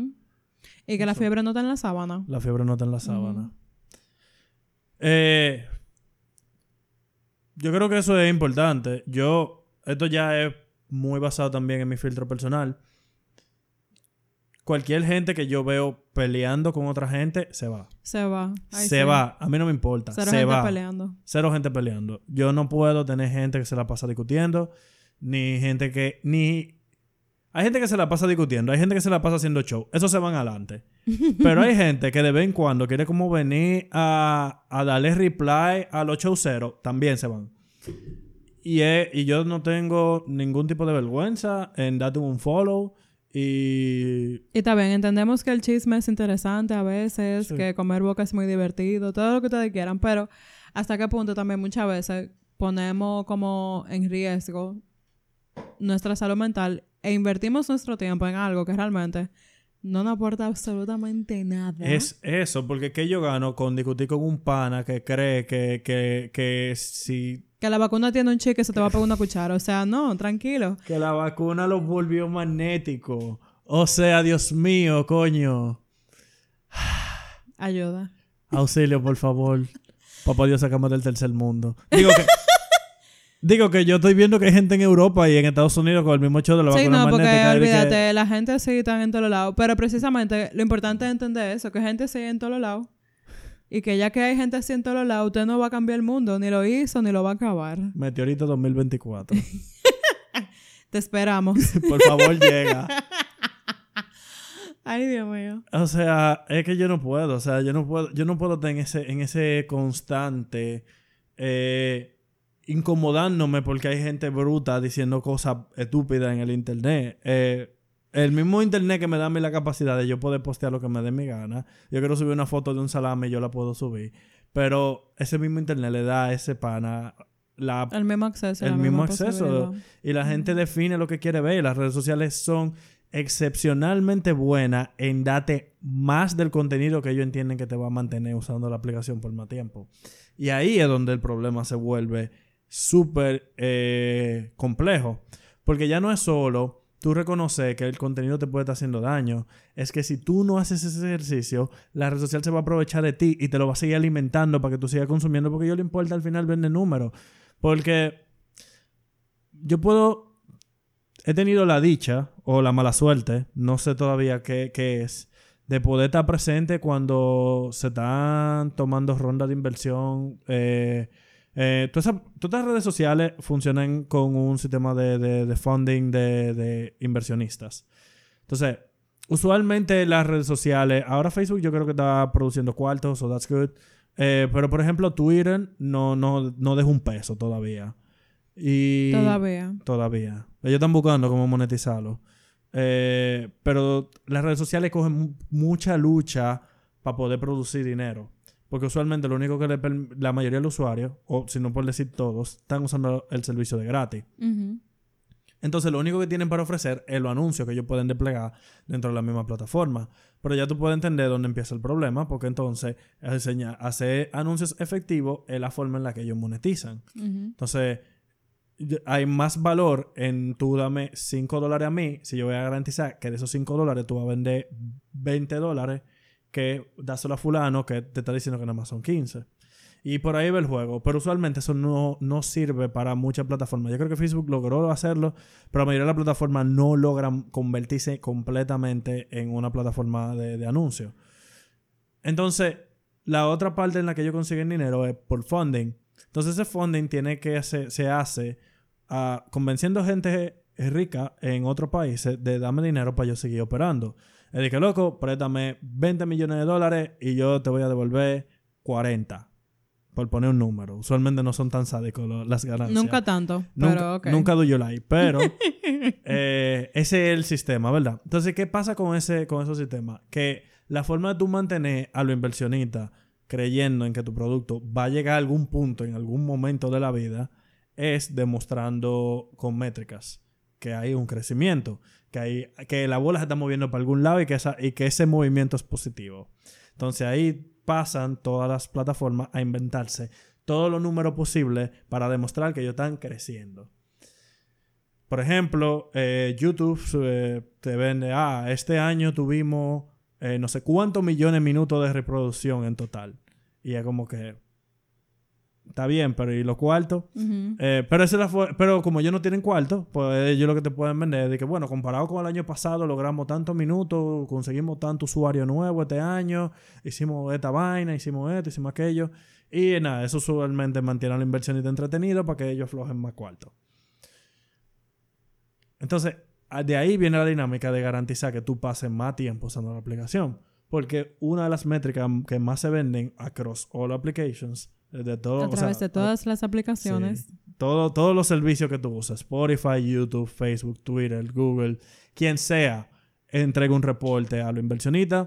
Y que la fiebre no está en la sábana. La fiebre no está en la sábana. Yo creo que eso es importante. Esto ya es muy basado también en mi filtro personal. Cualquier gente que yo veo peleando con otra gente, se va. Se va. Se va. A mí no me importa. Cero se gente va. peleando. Cero gente peleando. Yo no puedo tener gente que se la pasa discutiendo. Ni gente que... Hay gente que se la pasa discutiendo. Hay gente que se la pasa haciendo show. Esos se van adelante. Pero hay gente que de vez en cuando quiere como venir a darle reply a los showceros. También se van. Y yo no tengo ningún tipo de vergüenza en darte un follow. Y también entendemos que el chisme es interesante a veces. Sí. Que comer boca es muy divertido. Todo lo que ustedes quieran. Pero hasta qué punto también muchas veces ponemos como en riesgo nuestra salud mental e invertimos nuestro tiempo en algo que realmente no nos aporta absolutamente nada. Es eso, porque ¿qué yo gano con discutir con un pana que cree que si... Que la vacuna tiene un chip que se te va a pegar una cuchara. O sea, no, tranquilo. Que la vacuna los volvió magnéticos. O sea, Dios mío, coño. Ayuda. Auxilio, por favor. Papá Dios, sacamos del tercer mundo. Digo que... Digo que yo estoy viendo que hay gente en Europa y en Estados Unidos con el mismo show de la vacuna magnética. Sí, no, porque olvídate, la gente sí está en todos lados. Pero precisamente lo importante es entender eso, que gente sigue en todos lados. Y que ya que hay gente así en todos lados, usted no va a cambiar el mundo, ni lo hizo, ni lo va a acabar. Meteorito 2024. Te esperamos. Por favor, llega. Ay, Dios mío. O sea, es que yo no puedo. O sea, yo no puedo estar en ese constante incomodándome porque hay gente bruta diciendo cosas estúpidas en el internet. El mismo internet que me da a mí la capacidad de yo poder postear lo que me dé mi gana. Yo quiero subir una foto de un salame y yo la puedo subir. Pero ese mismo internet le da a ese pana el mismo acceso. El mismo acceso. Y la gente define lo que quiere ver. Y las redes sociales son excepcionalmente buenas en darte más del contenido que ellos entienden que te va a mantener usando la aplicación por más tiempo. Y ahí es donde el problema se vuelve súper complejo. Porque ya no es solo tú reconocer que el contenido te puede estar haciendo daño. Es que si tú no haces ese ejercicio, la red social se va a aprovechar de ti y te lo va a seguir alimentando para que tú sigas consumiendo, porque a ellos les importa al final vender números. Porque he tenido la dicha o la mala suerte, no sé todavía qué es, de poder estar presente cuando se están tomando rondas de inversión. Todas las redes sociales funcionan con un sistema de funding de inversionistas. Entonces, usualmente las redes sociales, ahora Facebook yo creo que está produciendo cuartos, so that's good. Pero, por ejemplo, Twitter no deja un peso todavía. Todavía. Ellos están buscando cómo monetizarlo. Pero las redes sociales cogen mucha lucha para poder producir dinero. Porque usualmente lo único que la mayoría de los usuarios, o si no por decir todos, están usando el servicio de gratis. Uh-huh. Entonces lo único que tienen para ofrecer es los anuncios que ellos pueden desplegar dentro de la misma plataforma. Pero ya tú puedes entender dónde empieza el problema, porque entonces hacer anuncios efectivos es la forma en la que ellos monetizan. Uh-huh. Entonces hay más valor en tú dame $5 a mí, si yo voy a garantizar que de esos $5 tú vas a vender $20, que dáselo a fulano que te está diciendo que nada más son 15. Y por ahí va el juego. Pero usualmente eso no sirve para muchas plataformas. Yo creo que Facebook logró hacerlo, pero la mayoría de las plataformas no logran convertirse completamente en una plataforma de anuncios. Entonces, la otra parte en la que ellos consiguen dinero es por funding. Entonces, ese funding se hace convenciendo gente rica en otros países de darme dinero para yo seguir operando. Le dije, loco, préstame $20 millones y yo te voy a devolver 40. Por poner un número. Usualmente no son tan sádicos las ganancias. Nunca tanto, pero ok. Nunca do you like. Pero ese es el sistema, ¿verdad? Entonces, ¿qué pasa con esos sistemas? Que la forma de tú mantener a los inversionistas creyendo en que tu producto va a llegar a algún punto, en algún momento de la vida, es demostrando con métricas que hay un crecimiento, que la bola se está moviendo para algún lado y que ese movimiento es positivo. Entonces ahí pasan todas las plataformas a inventarse todos los números posibles para demostrar que ellos están creciendo. Por ejemplo, YouTube te vende, este año tuvimos no sé cuántos millones de minutos de reproducción en total. Y es como que está bien, pero ¿y los cuartos? Uh-huh. Pero como ellos no tienen cuartos, pues ellos lo que te pueden vender es de que, bueno, comparado con el año pasado, logramos tantos minutos, conseguimos tanto usuario nuevo este año, hicimos esta vaina, hicimos esto, hicimos aquello. Y nada, eso usualmente mantiene a la inversionista entretenido para que ellos flojen más cuartos. Entonces, de ahí viene la dinámica de garantizar que tú pases más tiempo usando la aplicación. Porque una de las métricas que más se venden across all applications de todo, a través de todas las aplicaciones. Sí, todos los servicios que tú usas, Spotify, YouTube, Facebook, Twitter, Google, quien sea, entrega un reporte a los inversionistas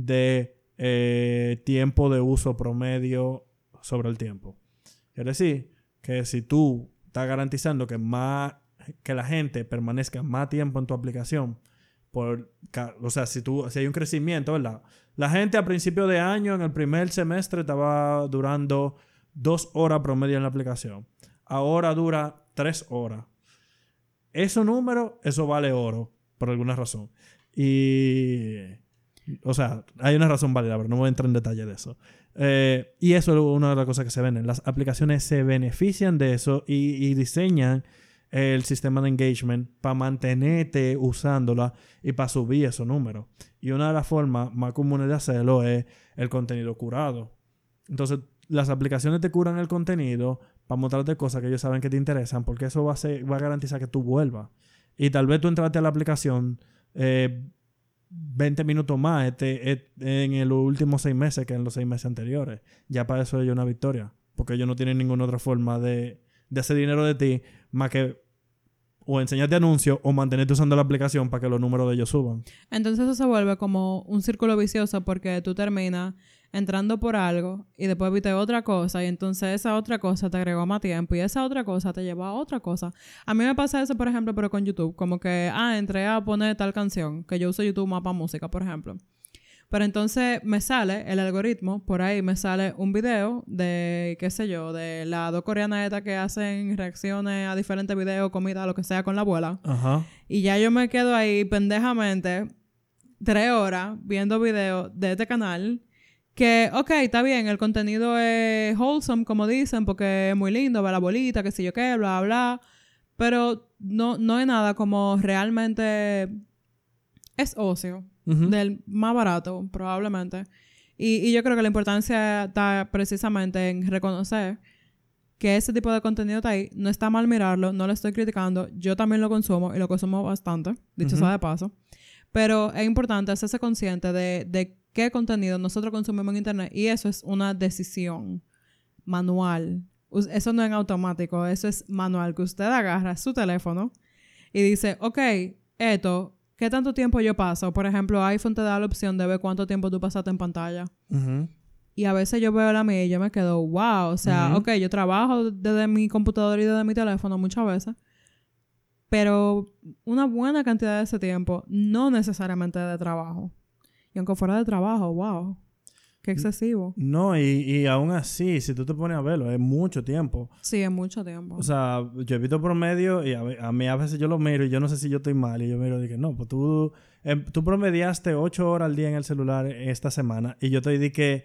de tiempo de uso promedio sobre el tiempo. Quiere decir que si tú estás garantizando que la gente permanezca más tiempo en tu aplicación, o sea, si hay un crecimiento, ¿verdad? La gente a principio de año, en el primer semestre, estaba durando 2 horas promedio en la aplicación. Ahora dura 3 horas. Ese número, eso vale oro, por alguna razón. Y, o sea, hay una razón válida, pero no voy a entrar en detalle de eso. Y eso es una de las cosas que se venden. Las aplicaciones se benefician de eso y diseñan el sistema de engagement para mantenerte usándola y para subir esos números. Y una de las formas más comunes de hacerlo es el contenido curado. Entonces, las aplicaciones te curan el contenido para mostrarte cosas que ellos saben que te interesan, porque eso va a garantizar que tú vuelvas. Y tal vez tú entraste a la aplicación 20 minutos más en los últimos 6 meses que en los 6 meses anteriores. Ya para eso es una victoria. Porque ellos no tienen ninguna otra forma de hacer dinero de ti más que o enseñarte anuncios o mantenerte usando la aplicación para que los números de ellos suban. Entonces eso se vuelve como un círculo vicioso porque tú terminas entrando por algo y después viste otra cosa y entonces esa otra cosa te agregó más tiempo y esa otra cosa te llevó a otra cosa. A mí me pasa eso, por ejemplo, pero con YouTube. Como que, entré a poner tal canción, que yo uso YouTube más para música, por ejemplo. Pero entonces me sale el algoritmo, por ahí me sale un video de, qué sé yo, de las 2 coreanas estas que hacen reacciones a diferentes videos, comida, lo que sea, con la abuela. Ajá. Y ya yo me quedo ahí pendejamente 3 horas viendo videos de este canal que, ok, está bien, el contenido es wholesome, como dicen, porque es muy lindo, ver la abuelita, qué sé yo qué, bla, bla, pero no es nada como realmente es ocio. Del más barato, probablemente. Y yo creo que la importancia está precisamente en reconocer que ese tipo de contenido está ahí. No está mal mirarlo, no lo estoy criticando. Yo también lo consumo y lo consumo bastante, dicho sea de paso. Pero es importante hacerse consciente de qué contenido nosotros consumimos en Internet y eso es una decisión manual. Eso no es en automático, eso es manual, que usted agarra su teléfono y dice, ok, esto... ¿Qué tanto tiempo yo paso? Por ejemplo, iPhone te da la opción de ver cuánto tiempo tú pasaste en pantalla. Y a veces yo veo la mía y yo me quedo, wow. O sea, ok, yo trabajo desde mi computadora y desde mi teléfono muchas veces. Pero una buena cantidad de ese tiempo, no necesariamente de trabajo. Y aunque fuera de trabajo, wow. Qué excesivo. No, y aún así, si tú te pones a verlo, es mucho tiempo. Sí, es mucho tiempo. O sea, yo he visto promedio y a mí a veces yo lo miro y yo no sé si yo estoy mal. Y yo miro y digo, no, pues tú promediaste 8 horas al día en el celular esta semana. Y yo te dije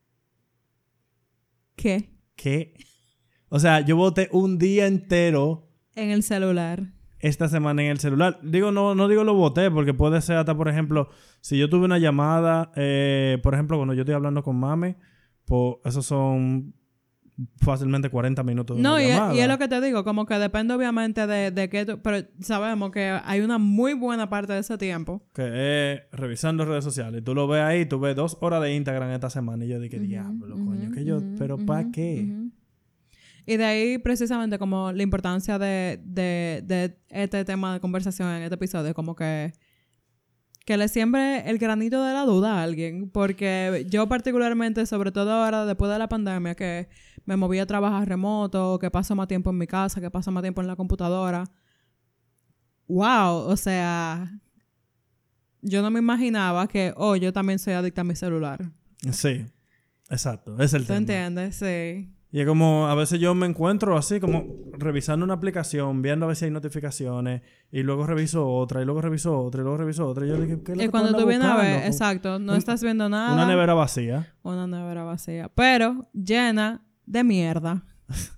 ¿Qué? ¿Qué? O sea, yo boté un día entero en el celular. Esta semana en el celular. Digo, no digo lo boté, porque puede ser hasta, por ejemplo, si yo tuve una llamada, por ejemplo, cuando yo estoy hablando con mami, pues esos son fácilmente 40 minutos de una llamada. Y es lo que te digo, como que depende obviamente de qué tú... Pero sabemos que hay una muy buena parte de ese tiempo. Que es revisando redes sociales. Tú lo ves ahí, tú ves 2 horas de Instagram esta semana y yo dije, diablo, coño, que yo... ¿Pero para qué? Y de ahí precisamente como la importancia de este tema de conversación en este episodio, como que le siembre el granito de la duda a alguien. Porque yo particularmente, sobre todo ahora después de la pandemia, que me moví a trabajar remoto, que paso más tiempo en mi casa, que paso más tiempo en la computadora. ¡Wow! O sea, yo no me imaginaba que, yo también soy adicta a mi celular. Sí, exacto. Es el tema. ¿Tú entiendes? Sí. Y es como, a veces yo me encuentro así, como revisando una aplicación, viendo a ver si hay notificaciones, y luego reviso otra, y luego reviso otra, y luego reviso otra. Y yo dije, ¿qué es lo que Y cuando tú vienes a ver, exacto, no estás viendo nada. Una nevera vacía. Una nevera vacía. Pero llena de mierda.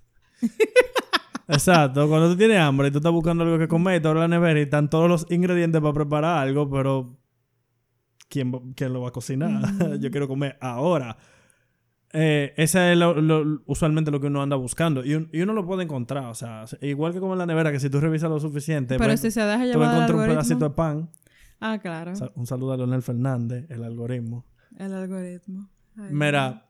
Exacto. Cuando tú tienes hambre y tú estás buscando algo que comer, y te abres la nevera y están todos los ingredientes para preparar algo, pero ¿quién lo va a cocinar? Yo quiero comer ahora. Esa es usualmente lo que uno anda buscando y uno lo puede encontrar, o sea, igual que como en la nevera, que si tú revisas lo suficiente, pero pues, si se deja tú llevar vas a encontrar el un algoritmo. pedacito de pan. Claro. Un saludo a Leonel Fernández, el algoritmo. El algoritmo. Ay, Mira,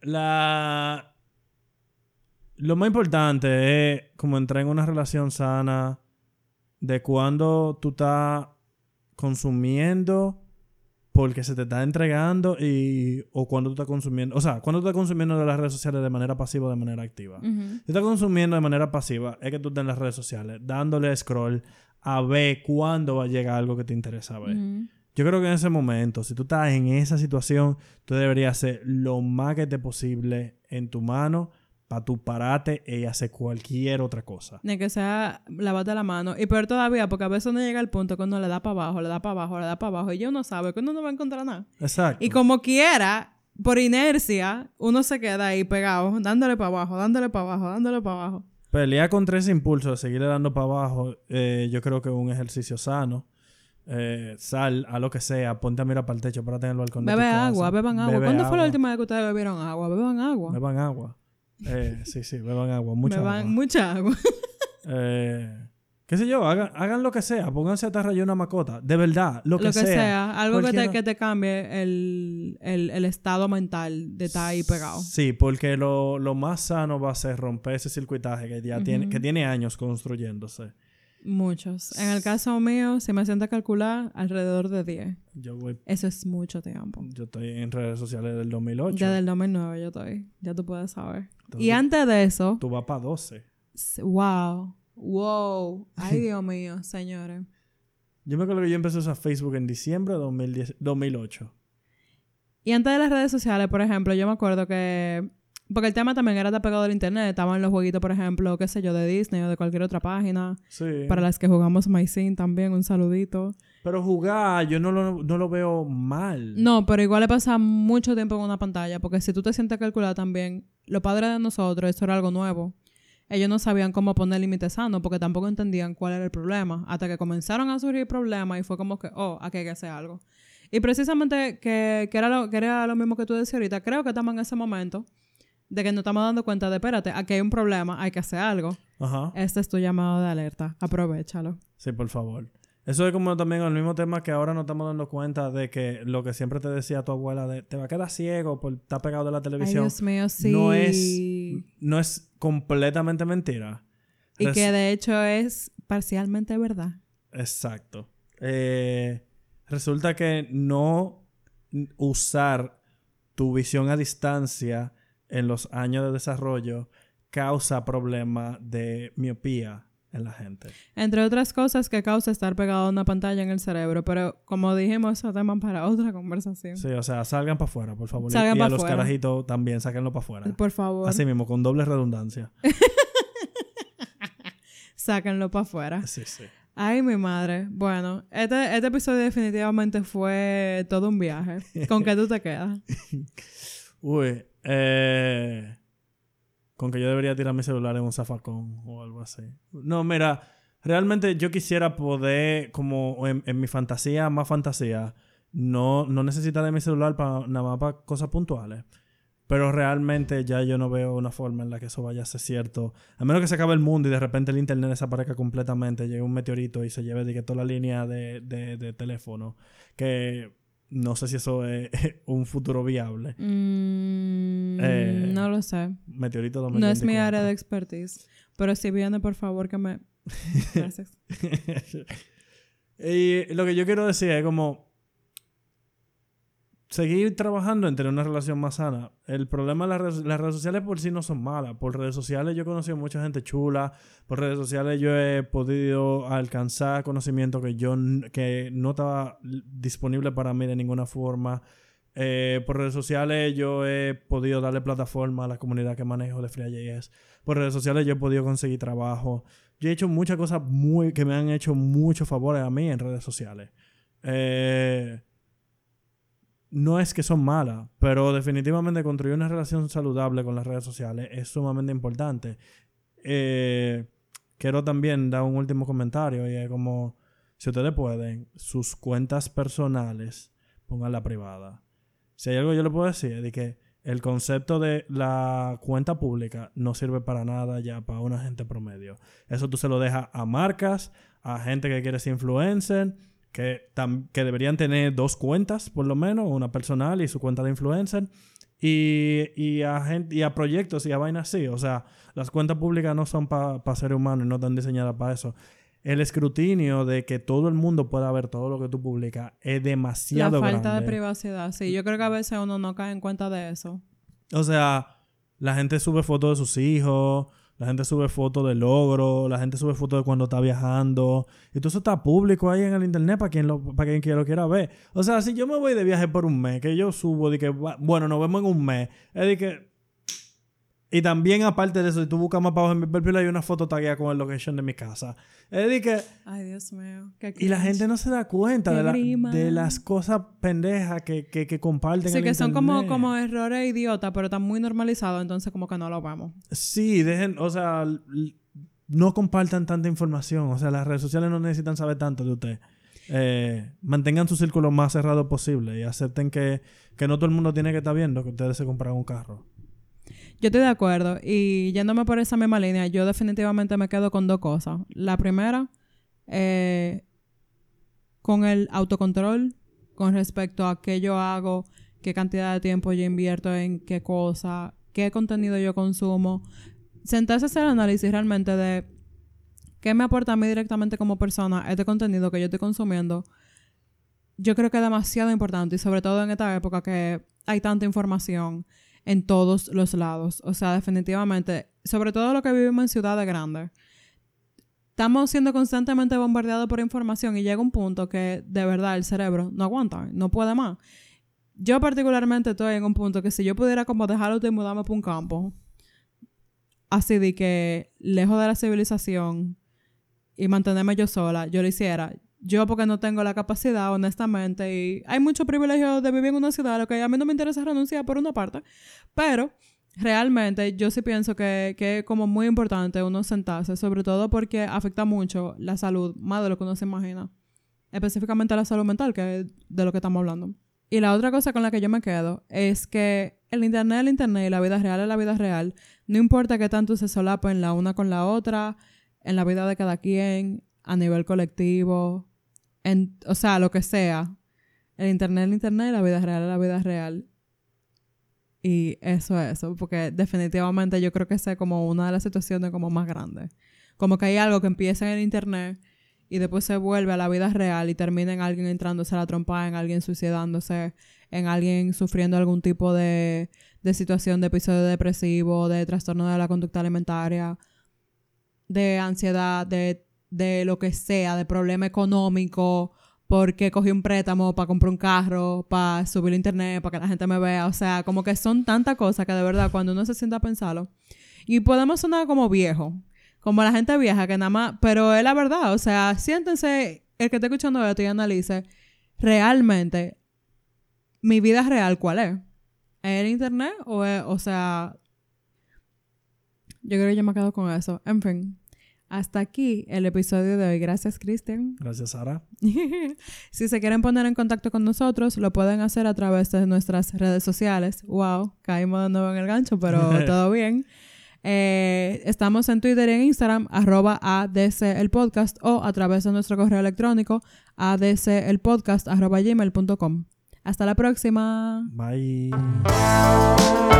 lo más importante es como entrar en una relación sana de cuando tú estás consumiendo porque se te está entregando o cuando tú estás consumiendo... O sea, cuando tú estás consumiendo de las redes sociales de manera pasiva o de manera activa. Si estás consumiendo de manera pasiva, es que tú estás en las redes sociales dándole scroll a ver cuándo va a llegar algo que te interesa ver. Yo creo que en ese momento, si tú estás en esa situación, tú deberías hacer lo más que te posible en tu mano para tú pararte y hacer cualquier otra cosa. Ni que sea lavarte la mano. Y peor todavía, porque a veces uno llega al punto que uno le da para abajo, le da para abajo, le da para abajo y ya uno sabe que uno no va a encontrar nada. Exacto. Y como quiera, por inercia, uno se queda ahí pegado, dándole para abajo, dándole para abajo, dándole para abajo. Pelea contra ese impulso de seguirle dando para abajo, yo creo que es un ejercicio sano. Sal a lo que sea, ponte a mirar para el techo, párate en el balcón de tu casa. Beban agua. ¿Cuándo fue la última vez que ustedes bebieron agua? Beban agua. Beban agua. Sí, beban agua, mucha agua. Beban mucha agua. Qué sé yo, hagan lo que sea, pónganse a atarrayar una mascota, de verdad, lo que sea. Algo que te cambie el estado mental de estar ahí pegado. Sí, porque lo más sano va a ser romper ese circuitaje que ya tiene años construyéndose. Muchos. En el caso mío, si me siento a calcular, alrededor de 10. Eso es mucho tiempo. Yo estoy en redes sociales del 2008. Desde el 2009 yo estoy. Ya tú puedes saber. Entonces, y antes de eso... Tú vas para 12. Wow. Ay, Dios mío, señores. Yo me acuerdo que yo empecé a usar Facebook en diciembre de 2008. Y antes de las redes sociales, por ejemplo, yo me acuerdo que... Porque el tema también era pegado del internet. Estaban los jueguitos, por ejemplo, qué sé yo, de Disney o de cualquier otra página. Sí. Para las que jugamos MySing también, un saludito. Pero jugar, yo no lo veo mal. No, pero igual le pasa mucho tiempo en una pantalla. Porque si tú te sientes a calcular también, los padres de nosotros, esto era algo nuevo. Ellos no sabían cómo poner límites sanos porque tampoco entendían cuál era el problema. Hasta que comenzaron a surgir problemas y fue como que, aquí hay que hacer algo. Y precisamente que era lo mismo que tú decías ahorita. Creo que estamos en ese momento de que nos estamos dando cuenta de, espérate, aquí hay un problema, hay que hacer algo. Ajá. Este es tu llamado de alerta. Aprovéchalo. Sí, por favor. Eso es como también el mismo tema que ahora nos estamos dando cuenta de que lo que siempre te decía tu abuela de te va a quedar ciego por estar pegado de la televisión. Ay, Dios mío, sí. No es completamente mentira. Y que de hecho es parcialmente verdad. Exacto. Resulta que no usar tu visión a distancia en los años de desarrollo causa problemas de miopía en la gente. Entre otras cosas que causa estar pegado a una pantalla en el cerebro. Pero como dijimos, eso es tema para otra conversación. Sí, o sea, salgan para afuera, por favor. Salgan y a los carajitos también, sáquenlo para afuera. Por favor. Así mismo, con doble redundancia. Sáquenlo para afuera. Sí. Ay, mi madre. Bueno, este episodio definitivamente fue todo un viaje. ¿Con qué tú te quedas? Uy, con que yo debería tirar mi celular en un zafacón o algo así. No, mira, realmente yo quisiera poder, como en mi fantasía, más fantasía, no necesitar de mi celular nada más para cosas puntuales. Pero realmente ya yo no veo una forma en la que eso vaya a ser cierto. A menos que se acabe el mundo y de repente el internet desaparezca completamente, llegue un meteorito y se lleve de que toda la línea de teléfono. Que no sé si eso es un futuro viable. No lo sé. Meteorito 2024. No es mi área de expertise. Pero si viene, por favor, que me... Gracias. Y lo que yo quiero decir es como... seguir trabajando en tener una relación más sana. El problema de las redes sociales por sí no son malas. Por redes sociales yo he conocido mucha gente chula. Por redes sociales yo he podido alcanzar conocimiento que no estaba disponible para mí de ninguna forma. Por redes sociales yo he podido darle plataforma a la comunidad que manejo de Free.js. Por redes sociales yo he podido conseguir trabajo. Yo he hecho muchas cosas que me han hecho muchos favores a mí en redes sociales. No es que son malas, pero definitivamente construir una relación saludable con las redes sociales es sumamente importante. Quiero también dar un último comentario y es como, si ustedes pueden, sus cuentas personales, pónganla privada. Si hay algo yo le puedo decir es de que el concepto de la cuenta pública no sirve para nada ya para una gente promedio. Eso tú se lo dejas a marcas, a gente que quiere ser influencer, que deberían tener 2 cuentas, por lo menos, una personal y su cuenta de influencer, y a proyectos y a vainas así. O sea, las cuentas públicas no son para seres humanos y no están diseñadas para eso. El escrutinio de que todo el mundo pueda ver todo lo que tú publicas es demasiado grande. La falta de privacidad, sí. Yo creo que a veces uno no cae en cuenta de eso. O sea, la gente sube fotos de sus hijos... La gente sube fotos de logros, la gente sube fotos de cuando está viajando. Y todo eso está público ahí en el internet para quien lo quiera ver. O sea, si yo me voy de viaje por un mes, que yo subo de que, bueno, nos vemos en un mes, es de que Y también, aparte de eso, si tú buscas más para abajo en mi perfil, hay una foto tagueada con el location de mi casa. Es decir que... Ay, Dios mío. Qué Y la gente no se da cuenta grima. de las cosas pendejas que comparten Sí, en que son internet. como errores idiotas, pero están muy normalizados, entonces como que no lo vemos. Sí, o sea, no compartan tanta información. O sea, las redes sociales no necesitan saber tanto de usted. Mantengan su círculo más cerrado posible y acepten que no todo el mundo tiene que estar viendo que ustedes se compraron un carro. Yo estoy de acuerdo. Y yéndome por esa misma línea, yo definitivamente me quedo con dos cosas. La primera, con el autocontrol con respecto a qué yo hago, qué cantidad de tiempo yo invierto en qué cosa, qué contenido yo consumo. Sentarse a hacer el análisis realmente de qué me aporta a mí directamente como persona este contenido que yo estoy consumiendo. Yo creo que es demasiado importante y sobre todo en esta época que hay tanta información en todos los lados. O sea, definitivamente, sobre todo lo que vivimos en ciudades grandes, estamos siendo constantemente bombardeados por información y llega un punto que de verdad el cerebro no aguanta, no puede más. Yo particularmente estoy en un punto que si yo pudiera como dejarlo y mudarme por un campo, así de que lejos de la civilización y mantenerme yo sola, yo lo hiciera. Yo porque no tengo la capacidad, honestamente, y hay mucho privilegio de vivir en una ciudad, lo que a mí no me interesa renunciar por una parte, pero realmente yo sí pienso que es como muy importante uno sentarse, sobre todo porque afecta mucho la salud, más de lo que uno se imagina, específicamente la salud mental, que es de lo que estamos hablando. Y la otra cosa con la que yo me quedo es que el internet es el internet y la vida real es la vida real. No importa qué tanto se solapen la una con la otra, en la vida de cada quien, a nivel colectivo, o sea, lo que sea. El internet es el internet y la vida real es la vida real. Y eso, porque definitivamente yo creo que esa es como una de las situaciones como más grandes. Como que hay algo que empieza en el internet y después se vuelve a la vida real y termina en alguien entrándose a la trompa, en alguien suicidándose, en alguien sufriendo algún tipo de situación de episodio depresivo, de trastorno de la conducta alimentaria, de ansiedad, de lo que sea, de problema económico, porque cogí un préstamo para comprar un carro, para subir a internet, para que la gente me vea. O sea, como que son tantas cosas que de verdad cuando uno se sienta a pensarlo, y podemos sonar como viejo, como la gente vieja que nada más, pero es la verdad. O sea, siéntense, el que esté escuchando esto y analice realmente mi vida real, ¿cuál es? ¿Es el internet o es, o sea, yo creo que yo me quedo con eso. En fin, hasta aquí el episodio de hoy. Gracias, Cristian. Gracias, Sara. Si se quieren poner en contacto con nosotros, lo pueden hacer a través de nuestras redes sociales. Wow, caímos de nuevo en el gancho, pero todo bien. Estamos en Twitter y en Instagram, @ADC el podcast, o a través de nuestro correo electrónico, adcelpodcast@gmail.com. Hasta la próxima. Bye.